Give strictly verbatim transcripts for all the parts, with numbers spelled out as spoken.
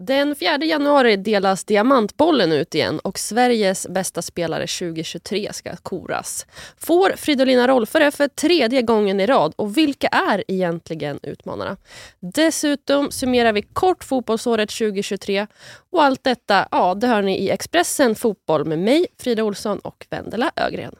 Den fjärde januari delas diamantbollen ut igen och Sveriges bästa spelare tjugohundratjugotre ska koras. Får Fridolina Rolfö för tredje gången i rad, och vilka är egentligen utmanarna? Dessutom summerar vi kort fotbollsåret tjugohundratjugotre, och allt detta, ja, det hör ni i Expressen Fotboll med mig, Frida Olsson och Vendela Ögren.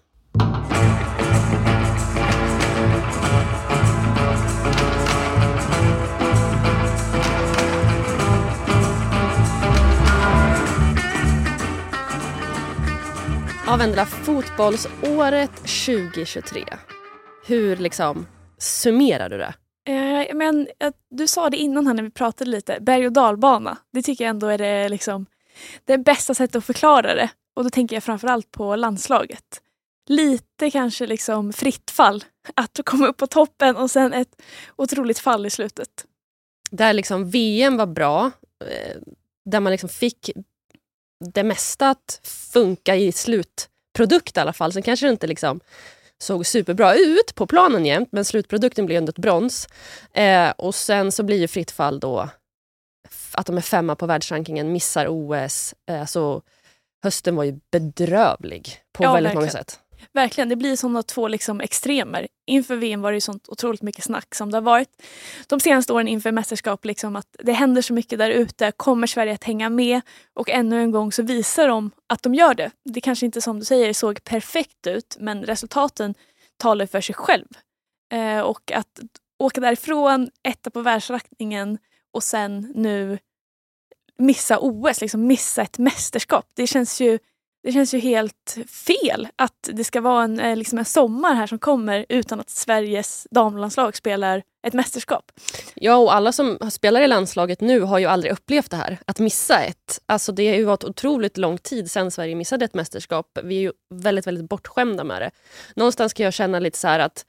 Ja, Vendela, fotbollsåret tjugohundratjugotre. Hur liksom summerar du det? Eh, men eh, du sa det innan här när vi pratade lite. Berg- och dalbana. Det tycker jag ändå är det, liksom, det bästa sättet att förklara det. Och då tänker jag framförallt på landslaget. Lite kanske liksom fritt fall. Att komma upp på toppen och sen ett otroligt fall i slutet. Där liksom V M var bra. Eh, där man liksom fick det mesta att funka i slutprodukt i alla fall. Sen kanske det inte liksom såg superbra ut på planen jämt, men slutprodukten blev ändå ett brons. Eh, och sen så blir ju fritt fall då att de är femma på världsrankingen, missar O S. Eh, så hösten var ju bedrövlig på ja, väldigt verkligen. många sätt. Verkligen, det blir sådana två liksom extremer. Inför V M var det ju sånt otroligt mycket snack som det har varit de senaste åren inför mästerskap. Liksom att det händer så mycket där ute. Kommer Sverige att hänga med? Och ännu en gång så visar de att de gör det. Det kanske inte, som du säger, såg perfekt ut, men resultaten talar för sig själv. Eh, och att åka därifrån, etta på världsrankingen och sen nu missa O S, liksom missa ett mästerskap. Det känns ju Det känns ju helt fel att det ska vara en, liksom en sommar här som kommer utan att Sveriges damlandslag spelar ett mästerskap. Ja, och alla som spelar i landslaget nu har ju aldrig upplevt det här. Att missa ett. Alltså det har ju varit otroligt lång tid sedan Sverige missade ett mästerskap. Vi är ju väldigt, väldigt bortskämda med det. Någonstans kan jag känna lite så här att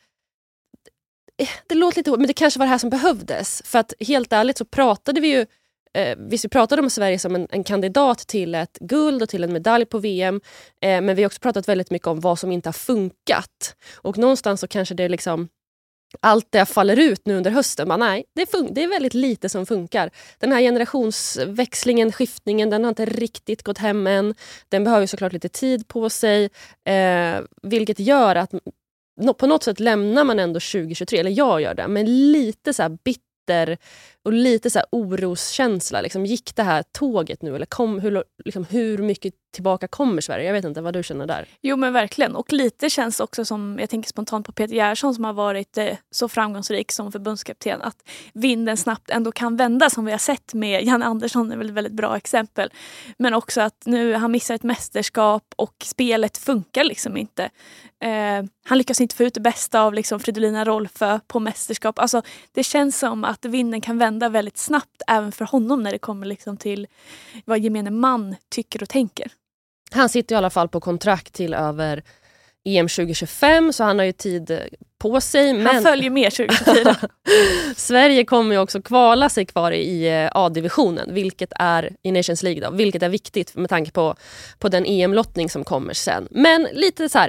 det låter lite, men det kanske var det här som behövdes. För att helt ärligt så pratade vi ju Eh, visst, vi pratade om Sverige som en, en kandidat till ett guld och till en medalj på V M, eh, men vi har också pratat väldigt mycket om vad som inte har funkat. Och någonstans så kanske det liksom allt det faller ut nu under hösten. Men nej, det, fun- det är väldigt lite som funkar. Den här generationsväxlingen, skiftningen, den har inte riktigt gått hem än. Den behöver såklart lite tid på sig, eh, vilket gör att no, på något sätt lämnar man ändå tjugohundratjugotre, eller jag gör det, men lite så här bitter och lite så här oroskänsla. Liksom, gick det här tåget nu? Eller kom, hur, liksom, hur mycket tillbaka kommer Sverige? Jag vet inte vad du känner där. Jo, men verkligen. Och lite känns också som, jag tänker spontant på Peter Gerhardsson som har varit eh, så framgångsrik som förbundskapten, att vinden snabbt ändå kan vända, som vi har sett med Jan Andersson är väl ett väldigt bra exempel. Men också att nu han missar ett mästerskap och spelet funkar liksom inte. Eh, han lyckas inte få ut det bästa av liksom Fridolina Rolfö på mästerskap. Alltså, det känns som att vinden kan vända väldigt snabbt även för honom när det kommer liksom till vad gemene man tycker och tänker. Han sitter i alla fall på kontrakt till över E M tjugohundratjugofem, så han har ju tid på sig. Han men följer med tjugohundratjugofyra. Sverige kommer ju också kvala sig kvar i A-divisionen, vilket är i Nations League då, vilket är viktigt med tanke på, på den E M-lottning som kommer sen. Men lite så här,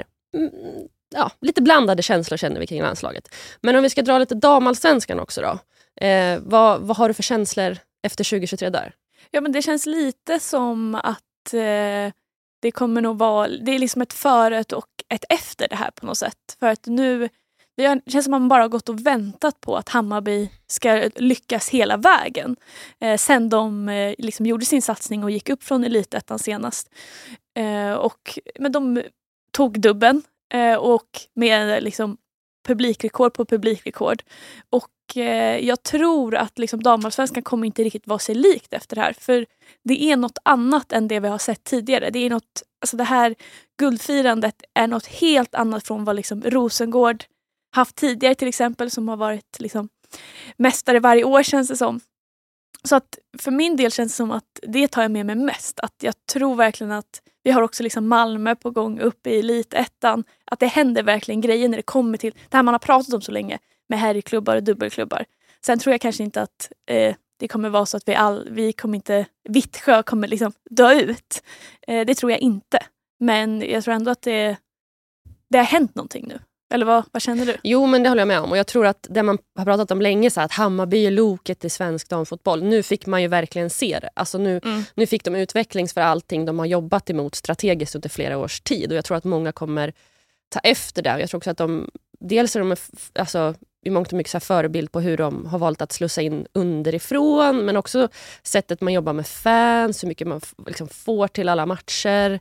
ja, lite blandade känslor känner vi kring landslaget. Men om vi ska dra lite damallsvenskan också då. Eh, vad, vad har du för känslor efter tjugohundratjugotre där? Ja, men det känns lite som att eh, det kommer nog vara, det är liksom ett före och ett efter det här på något sätt. För att nu, det känns som att man bara har gått och väntat på att Hammarby ska lyckas hela vägen. Eh, sen de eh, liksom gjorde sin satsning och gick upp från elitettan senast. Eh, och, men de tog dubben eh, och med liksom publikrekord på publikrekord. Och eh, jag tror att liksom damallsvenskan kommer inte riktigt vara sig likt efter det här. För det är något annat än det vi har sett tidigare. Det är något, alltså det här guldfirandet är något helt annat från vad liksom Rosengård haft tidigare till exempel, som har varit liksom mästare varje år känns det som. Så att för min del känns det som att det tar jag med mig mest. Att jag tror verkligen att vi har också liksom Malmö på gång upp i elitettan. Att det händer verkligen grejer när det kommer till det här man har pratat om så länge. Med herrklubbar och dubbelklubbar. Sen tror jag kanske inte att eh, det kommer vara så att vi, all, vi kommer inte, Vittsjö kommer liksom dö ut. Eh, det tror jag inte. Men jag tror ändå att det, det har hänt någonting nu. Eller vad, vad känner du? Jo, men det håller jag med om. Och jag tror att det man har pratat om länge, så att Hammarby är loket i svensk damfotboll. Nu fick man ju verkligen se det. Alltså nu, mm. nu fick de utvecklings för allting de har jobbat emot strategiskt under flera års tid. Och jag tror att många kommer ta efter det. Jag tror också att de, dels är de alltså, i mångt och mycket så här förebild på hur de har valt att slussa in underifrån. Men också sättet man jobbar med fans, hur mycket man liksom får till alla matcher.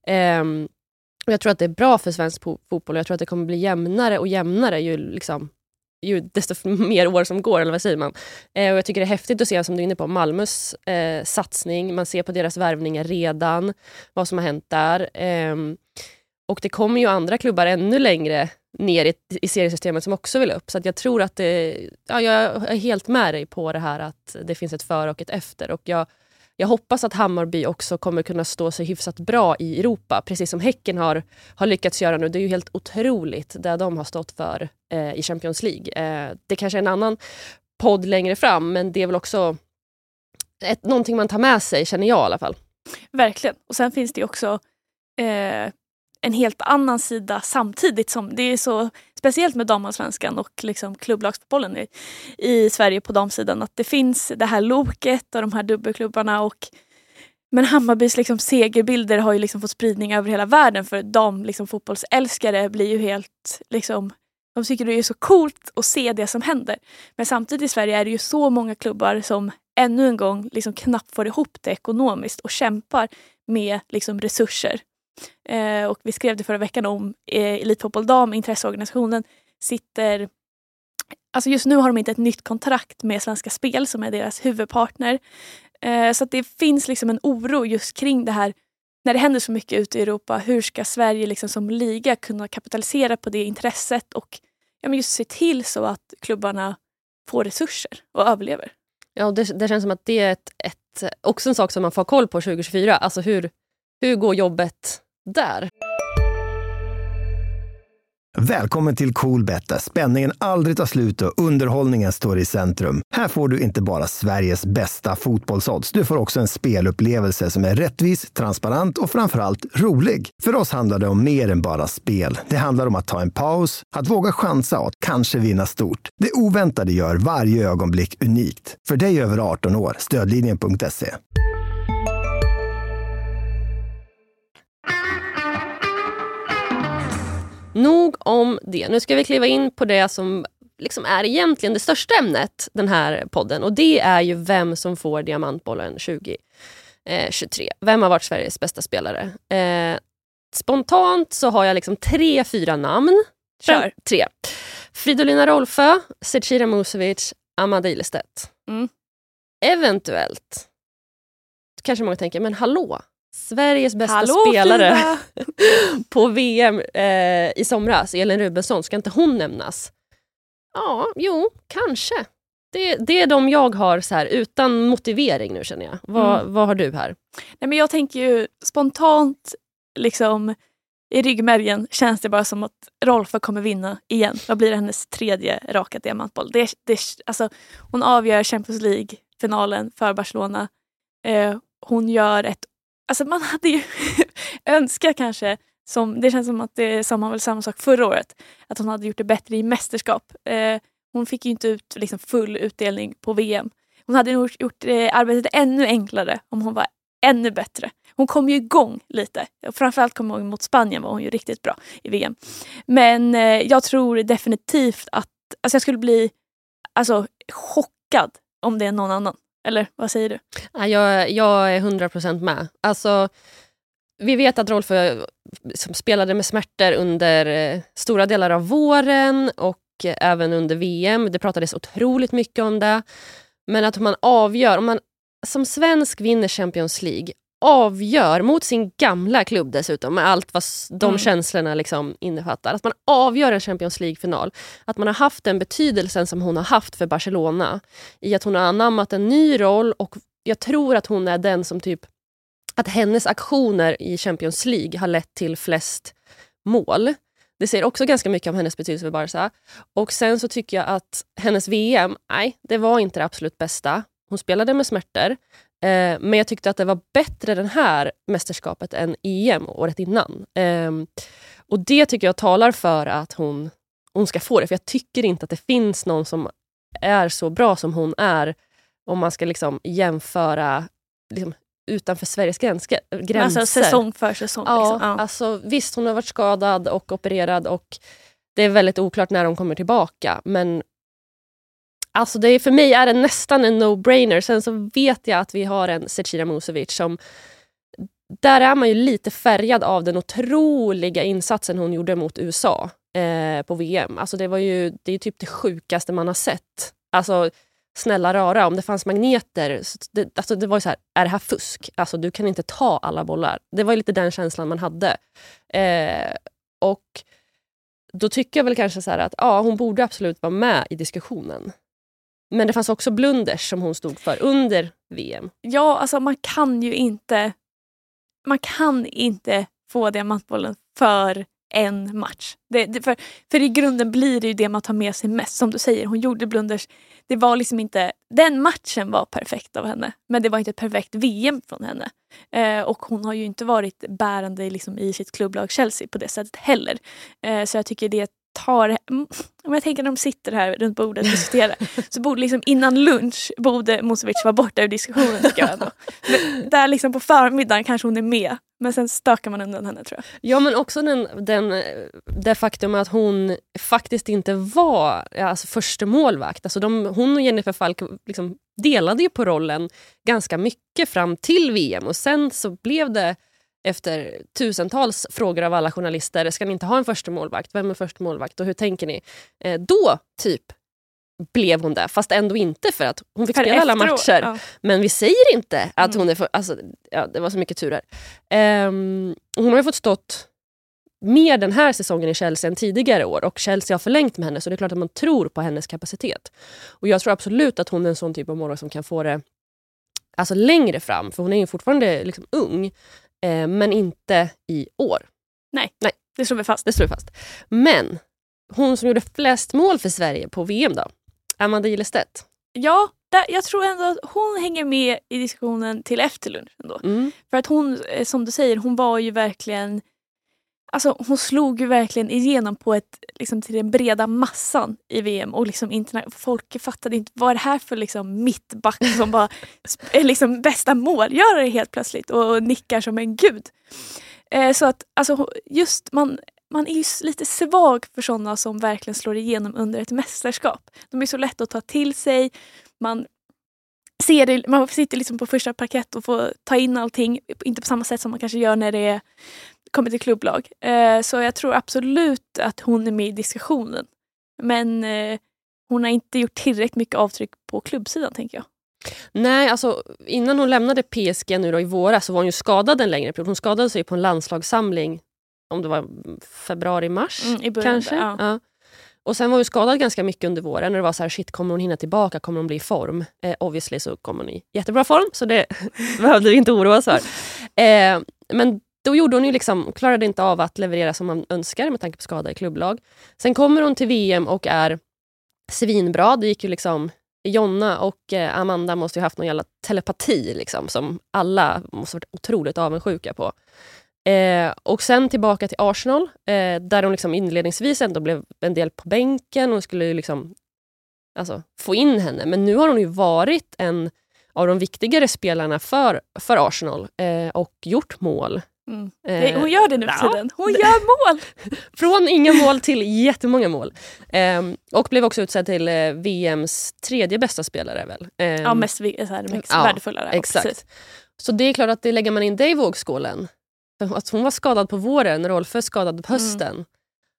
Um, Och jag tror att det är bra för svensk fotboll och jag tror att det kommer bli jämnare och jämnare ju, liksom, ju desto mer år som går, eller vad säger man. Eh, och jag tycker det är häftigt att se, som du är inne på, Malmös eh, satsning. Man ser på deras värvningar redan, vad som har hänt där. Eh, och det kommer ju andra klubbar ännu längre ner i, i seriesystemet som också vill upp. Så att jag tror att det, ja, jag är helt med dig på det här att det finns ett före och ett efter. Och jag Jag hoppas att Hammarby också kommer kunna stå sig hyfsat bra i Europa. Precis som Häcken har, har lyckats göra nu. Det är ju helt otroligt det de har stått för eh, i Champions League. Eh, det kanske är en annan podd längre fram. Men det är väl också ett, någonting man tar med sig, känner jag i alla fall. Verkligen. Och sen finns det också eh, en helt annan sida samtidigt. Som det är så speciellt med damallsvenskan och liksom klubblagsfotbollen i, i Sverige på damsidan, att det finns det här loket och de här dubbelklubbarna, och men Hammarbys liksom segerbilder har ju liksom fått spridning över hela världen, för dam liksom fotbollsälskare blir ju helt liksom, de tycker det är så coolt att se det som händer. Men samtidigt i Sverige är det ju så många klubbar som ännu en gång liksom knappt får ihop det ekonomiskt och kämpar med liksom resurser. Eh, och vi skrev det förra veckan om eh, Elitfotboll Dam, intresseorganisationen sitter, alltså just nu har de inte ett nytt kontrakt med Svenska Spel som är deras huvudpartner. Eh, så att det finns liksom en oro just kring det här, när det händer så mycket ute i Europa, hur ska Sverige liksom som liga kunna kapitalisera på det intresset och ja, men just se till så att klubbarna får resurser och överlever. Ja, det, det känns som att det är ett, ett, också en sak som man får koll på tjugo tjugofyra. Alltså hur, hur går jobbet där? Välkommen till Coolbet, där spänningen aldrig tar slut och underhållningen står i centrum. Här får du inte bara Sveriges bästa fotbollsodds. Du får också en spelupplevelse som är rättvis, transparent och framförallt rolig. För oss handlar det om mer än bara spel. Det handlar om att ta en paus, att våga chansa och att kanske vinna stort. Det oväntade gör varje ögonblick unikt. För dig över arton år, stödlinjen punkt se. Nog om det. Nu ska vi kliva in på det som liksom är egentligen det största ämnet den här podden. Och det är ju vem som får Diamantbollen tjugo tjugotre. Vem har varit Sveriges bästa spelare? Eh, spontant så har jag liksom tre, fyra namn. Kör. Tre. Fridolina Rolfö, Zecira Musovic, Amanda Ilestedt. Mm. Eventuellt. Kanske många tänker, men hallå? Sveriges bästa Hallå, spelare på V M eh, i somras, Elin Rubensson, ska inte hon nämnas? Ja, jo, kanske. Det, det är de jag har så här, utan motivering nu, känner jag. Vad, mm. vad har du här? Nej, men jag tänker ju spontant, liksom i ryggmärgen känns det bara som att Rolfö kommer vinna igen. Vad blir hennes tredje raka diamantboll? Det, det, alltså, hon avgör Champions League-finalen för Barcelona. Eh, hon gör ett Alltså man hade ju önskat kanske, som, det känns som att det samma väl samma sak förra året, att hon hade gjort det bättre i mästerskap. Eh, hon fick ju inte ut liksom, full utdelning på V M. Hon hade gjort, gjort eh, arbetet ännu enklare om hon var ännu bättre. Hon kom ju igång lite. Framförallt kom hon mot Spanien, var hon ju riktigt bra i V M. Men eh, jag tror definitivt att alltså jag skulle bli alltså, chockad om det är någon annan. Eller vad säger du? Ja, jag, jag är hundra procent med. Alltså, vi vet att Rolfö spelade med smärtor under eh, stora delar av våren och eh, även under V M. Det pratades otroligt mycket om det. Men att man avgör, om man som svensk vinner Champions League, avgör mot sin gamla klubb dessutom, med allt vad de mm. känslorna liksom innefattar. Att man avgör en Champions League-final. Att man har haft den betydelsen som hon har haft för Barcelona. I att hon har anammat en ny roll, och jag tror att hon är den som typ, att hennes aktioner i Champions League har lett till flest mål. Det säger också ganska mycket om hennes betydelse för Barca. Och sen så tycker jag att hennes V M, nej, det var inte det absolut bästa. Hon spelade med smärtor. Eh, men jag tyckte att det var bättre den här mästerskapet än E M året innan. Eh, och det tycker jag talar för att hon, hon ska få det. För jag tycker inte att det finns någon som är så bra som hon är. Om man ska liksom jämföra liksom, utanför Sveriges gräns, gränser. Alltså säsong för säsong. Ja, liksom. ja. Alltså, visst hon har varit skadad och opererad och det är väldigt oklart när hon kommer tillbaka. Men alltså det är, för mig är det nästan en no-brainer. Sen så vet jag att vi har en Zecira Musovic som där är man ju lite färgad av den otroliga insatsen hon gjorde mot U S A eh, på V M. Alltså det var ju det är typ det sjukaste man har sett. Alltså snälla rara, om det fanns magneter, det, alltså det var ju så här, är det här fusk? Alltså du kan inte ta alla bollar. Det var ju lite den känslan man hade. Eh, och då tycker jag väl kanske så här att ja, hon borde absolut vara med i diskussionen. Men det fanns också blunders som hon stod för under V M. Ja, alltså man kan ju inte man kan inte få diamantbollen för en match. Det, det, för, för i grunden blir det ju det man tar med sig mest. Som du säger, hon gjorde blunders. Det var liksom inte, den matchen var perfekt av henne. Men det var inte ett perfekt V M från henne. Eh, och hon har ju inte varit bärande liksom, i sitt klubblag Chelsea på det sättet heller. Eh, så jag tycker det tar, om jag tänker när de sitter här runt bordet och diskuterar, så borde liksom innan lunch borde Musovic vara borta ur diskussionen tycker jag ändå. Men där liksom på förmiddagen kanske hon är med, men sen stökar man undan henne tror jag. Ja, men också den, den, det faktum att hon faktiskt inte var alltså, första målvakt. Alltså de, hon och Jennifer Falk liksom delade ju på rollen ganska mycket fram till V M och sen så blev det efter tusentals frågor av alla journalister, ska ni inte ha en första målvakt? Vem är första målvakt och hur tänker ni? Eh, då typ blev hon där, fast ändå inte för att hon fick för spela alla efteråt, matcher. ja. Men vi säger inte att Mm. hon är för, alltså, ja, det var så mycket turer. Eh, hon har ju fått stått mer den här säsongen i Chelsea än tidigare år och Chelsea har förlängt med henne så det är klart att man tror på hennes kapacitet. Och jag tror absolut att hon är en sån typ av målvakt som kan få det alltså längre fram, för hon är ju fortfarande liksom ung. Eh, men inte i år. Nej, Nej, det slår vi fast. det slår vi fast. Men hon som gjorde flest mål för Sverige på V M då, Amanda Gillestedt. Ja, där, jag tror ändå att hon hänger med i diskussionen till efter lunch ändå. Mm. För att hon, eh, som du säger, hon var ju verkligen, alltså hon slog ju verkligen igenom på ett, liksom till den breda massan i V M och liksom interna- folk fattade inte, vad är det här för liksom mittback som bara är liksom bästa målgörare helt plötsligt och nickar som en gud. Eh, så att alltså just man man är ju lite svag för sådana som verkligen slår igenom under ett mästerskap. De är så lätt att ta till sig. Man ser det, man sitter liksom på första parkett och får ta in allting, inte på samma sätt som man kanske gör när det är, kommer till klubblag. Eh, så jag tror absolut att hon är med i diskussionen. Men eh, hon har inte gjort tillräckligt mycket avtryck på klubbsidan, tänker jag. Nej, alltså innan hon lämnade P S G nu då i våras så var hon ju skadad en längre period. Hon skadade sig på en landslagssamling om det var februari-mars Mm, i början, kanske. ja. Ja. Och sen var hon skadad ganska mycket under våren när det var så här, shit, kommer hon hinna tillbaka? Kommer hon bli i form? Eh, obviously så kommer hon i jättebra form, så det behövde vi inte oroa oss för. Eh, men då gjorde hon ju liksom, klarade inte av att leverera som man önskar med tanke på skada i klubblag. Sen kommer hon till V M och är svinbra. Det gick ju liksom, Jonna och eh, Amanda måste ju haft någon jävla telepati liksom, som alla måste varit otroligt avundsjuka på. Eh, och sen tillbaka till Arsenal eh, där hon liksom inledningsvis ändå blev en del på bänken och skulle ju liksom alltså, få in henne. Men nu har hon ju varit en av de viktigare spelarna för, för Arsenal eh, och gjort mål. Mm. Det, hon gör det nu för tiden. Hon gör mål! Från inga mål till jättemånga mål. Eh, och blev också utsedd till eh, V M:s tredje bästa spelare väl. Eh, ja, mest, så här, mest ja, värdefulla. Där, exakt. Precis. Så det är klart att det lägger man in det i vågskålen. För att hon var skadad på våren, Rolfö skadad på hösten. Mm.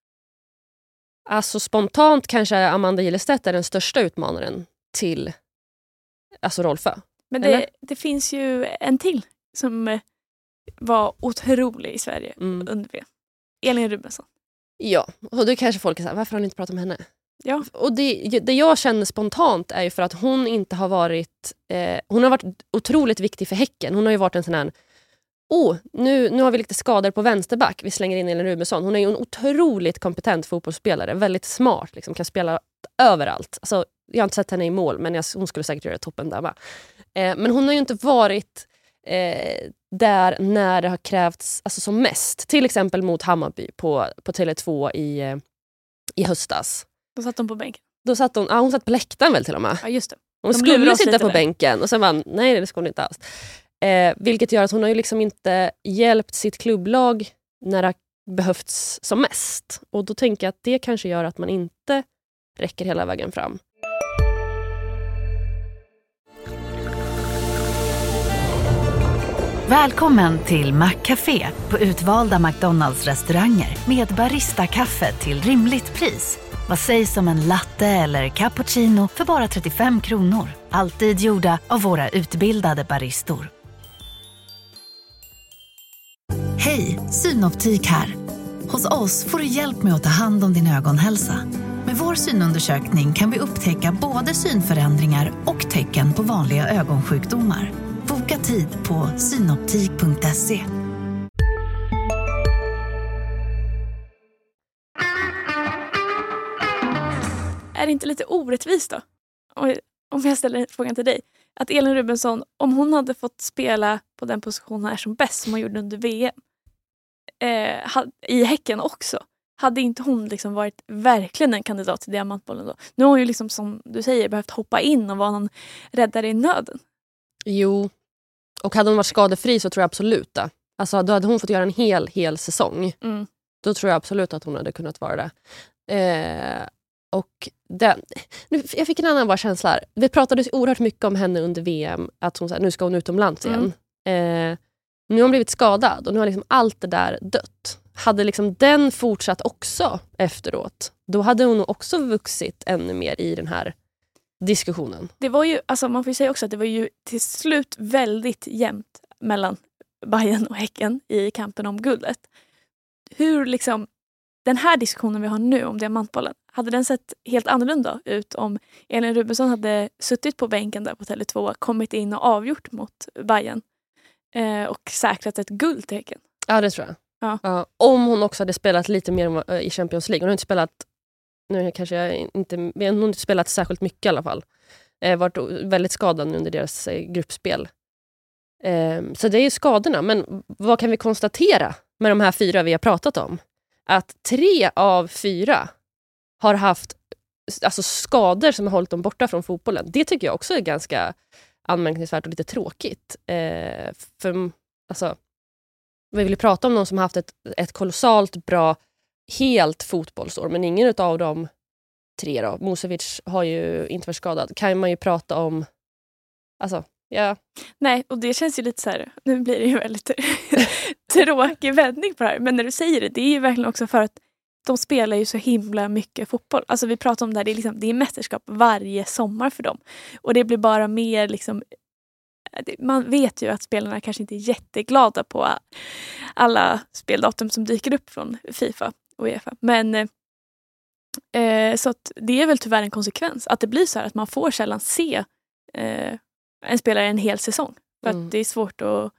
Alltså spontant kanske Amanda Gillestedt är den största utmanaren till alltså Rolfö. Men det, det finns ju en till som var otrolig i Sverige mm. under V M. Elin Rubensson. Ja, och då kanske folk är så här, varför har ni inte pratat om henne? Ja. Och det, det jag känner spontant är ju för att hon inte har varit eh, hon har varit otroligt viktig för Häcken. Hon har ju varit en sån här oh, nu, nu har vi lite skador på vänsterback. Vi slänger in Elin Rubensson. Hon är ju en otroligt kompetent fotbollsspelare. Väldigt smart. Liksom, kan spela överallt. Alltså, jag har inte sett henne i mål, men jag, hon skulle säkert göra toppen där. Va? Eh, men hon har ju inte varit eh, där när det har krävts alltså, som mest. Till exempel mot Hammarby på, på Tele två i, eh, i höstas. Då satt hon på bänken. Då satt hon, ah, hon satt på läktaren väl till och med. Ja, just det. Hon De skulle sitta på där. bänken och sen var nej, det ska hon inte alls. Eh, vilket gör att hon har ju liksom inte hjälpt sitt klubblag när det har behövts som mest. Och då tänker jag att det kanske gör att man inte räcker hela vägen fram. Välkommen till Maccafé på utvalda McDonalds-restauranger med Barista-kaffe till rimligt pris. Vad sägs om en latte eller cappuccino för bara trettiofem kronor? Alltid gjorda av våra utbildade baristor. Hej, Synoptik här. Hos oss får du hjälp med att ta hand om din ögonhälsa. Med vår synundersökning kan vi upptäcka både synförändringar och tecken på vanliga ögonsjukdomar. Boka tid på synoptik punkt se. Är det inte lite orättvist då? Om jag ställer frågan till dig. Att Elin Rubensson, om hon hade fått spela på den position hon är som bäst som hon gjorde under V M. Eh, I Häcken också. Hade inte hon liksom varit verkligen en kandidat till diamantbollen då? Nu har hon ju liksom som du säger behövt hoppa in och vara någon räddare i nöden. Jo, och hade hon varit skadefri så tror jag absolut det. Alltså då hade hon fått göra en hel, hel säsong. Mm. Då tror jag absolut att hon hade kunnat vara det. Eh, och det, nu, jag fick en annan bara känsla här. Det pratades oerhört mycket om henne under V M. Att hon, nu ska hon utomlands igen. Mm. Eh, nu har hon blivit skadad och nu har liksom allt det där dött. Hade liksom den fortsatt också efteråt, då hade hon också vuxit ännu mer i den här diskussionen. Det var ju, alltså man får ju säga också att det var ju till slut väldigt jämnt mellan Bayern och Häcken i kampen om guldet. Hur liksom den här diskussionen vi har nu om diamantbollen, hade den sett helt annorlunda ut om Elin Rubensson hade suttit på bänken där på Tele två, kommit in och avgjort mot Bayern eh, och säkrat ett guld till Häcken? Ja, det tror jag. Ja. Ja, om hon också hade spelat lite mer i Champions League. Hon har inte spelat nu kanske jag inte, hon har inte spelat särskilt mycket i alla fall. Eh, varit väldigt skadad under deras eh, gruppspel. Eh, så det är ju skadorna. Men vad kan vi konstatera med de här fyra vi har pratat om? Att tre av fyra har haft alltså skador som har hållit dem borta från fotbollen. Det tycker jag också är ganska anmärkningsvärt och lite tråkigt. Eh, för alltså vi vill prata om någon som har haft ett, ett kolossalt bra helt fotbollsår, men ingen av de tre då. Musovic har ju inte varit skadad. Kan man ju prata om alltså, ja. Nej, och det känns ju lite så här, nu blir det ju väldigt tråkig vändning på det här, men när du säger det, det är ju verkligen också för att de spelar ju så himla mycket fotboll. Alltså vi pratar om det här, det är, liksom, det är mästerskap varje sommar för dem. Och det blir bara mer liksom, man vet ju att spelarna kanske inte är jätteglada på alla speldatum som dyker upp från FIFA och UEFA. Men eh, så att det är väl tyvärr en konsekvens att det blir så här att man får sällan se eh, en spelare en hel säsong. För mm. att det är svårt att,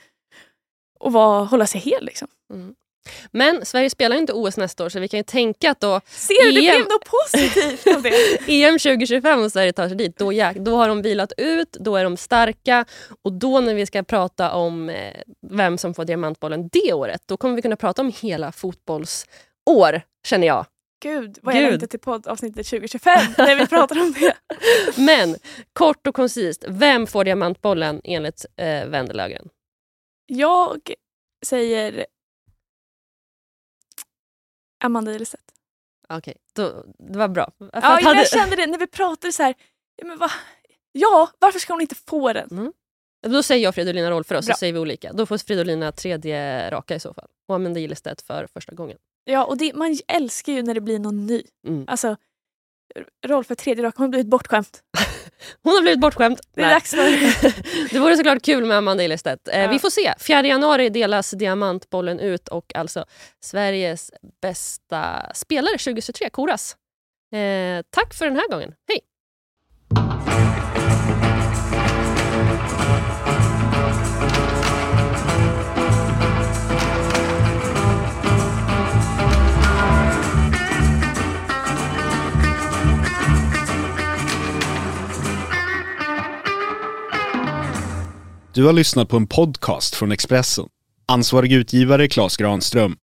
att vara, hålla sig hel liksom. Mm. Men Sverige spelar inte O S nästa år, så vi kan ju tänka att då ser du, det blev något positivt av det. E M tjugo tjugofem och Sverige tar sig dit, då, ja, då har de vilat ut, då är de starka, och då när vi ska prata om eh, vem som får diamantbollen det året, då kommer vi kunna prata om hela fotbollsår, känner jag. Gud, vad är det inte till poddavsnittet tjugo tjugofem när vi pratar om det. Men kort och koncist, vem får diamantbollen enligt eh, Wendelögren? Jag säger Amanda Ilestedt. Okej, okay, det var bra. Ja, jag hade... kände det när vi pratade så här. Ja, men va? Ja, varför ska hon inte få den? Mm. Då säger jag Fridolina roll för oss, bra. Så säger vi olika. Då får Fridolina tredje raka i så fall. Och Amanda Ilestedt för första gången. Ja, och det, man älskar ju när det blir någon ny. Mm. Alltså, roll för tredje raka, hon har blivit bortskämt. Hon har blivit bortskämt. Det är dags för det vore såklart kul med Amanda Ilestedt. Eh, ja. Vi får se. fjärde januari delas diamantbollen ut och alltså Sveriges bästa spelare tjugohundratjugotre koras. Eh, tack för den här gången. Hej! Du har lyssnat på en podcast från Expressen. Ansvarig utgivare Claes Granström.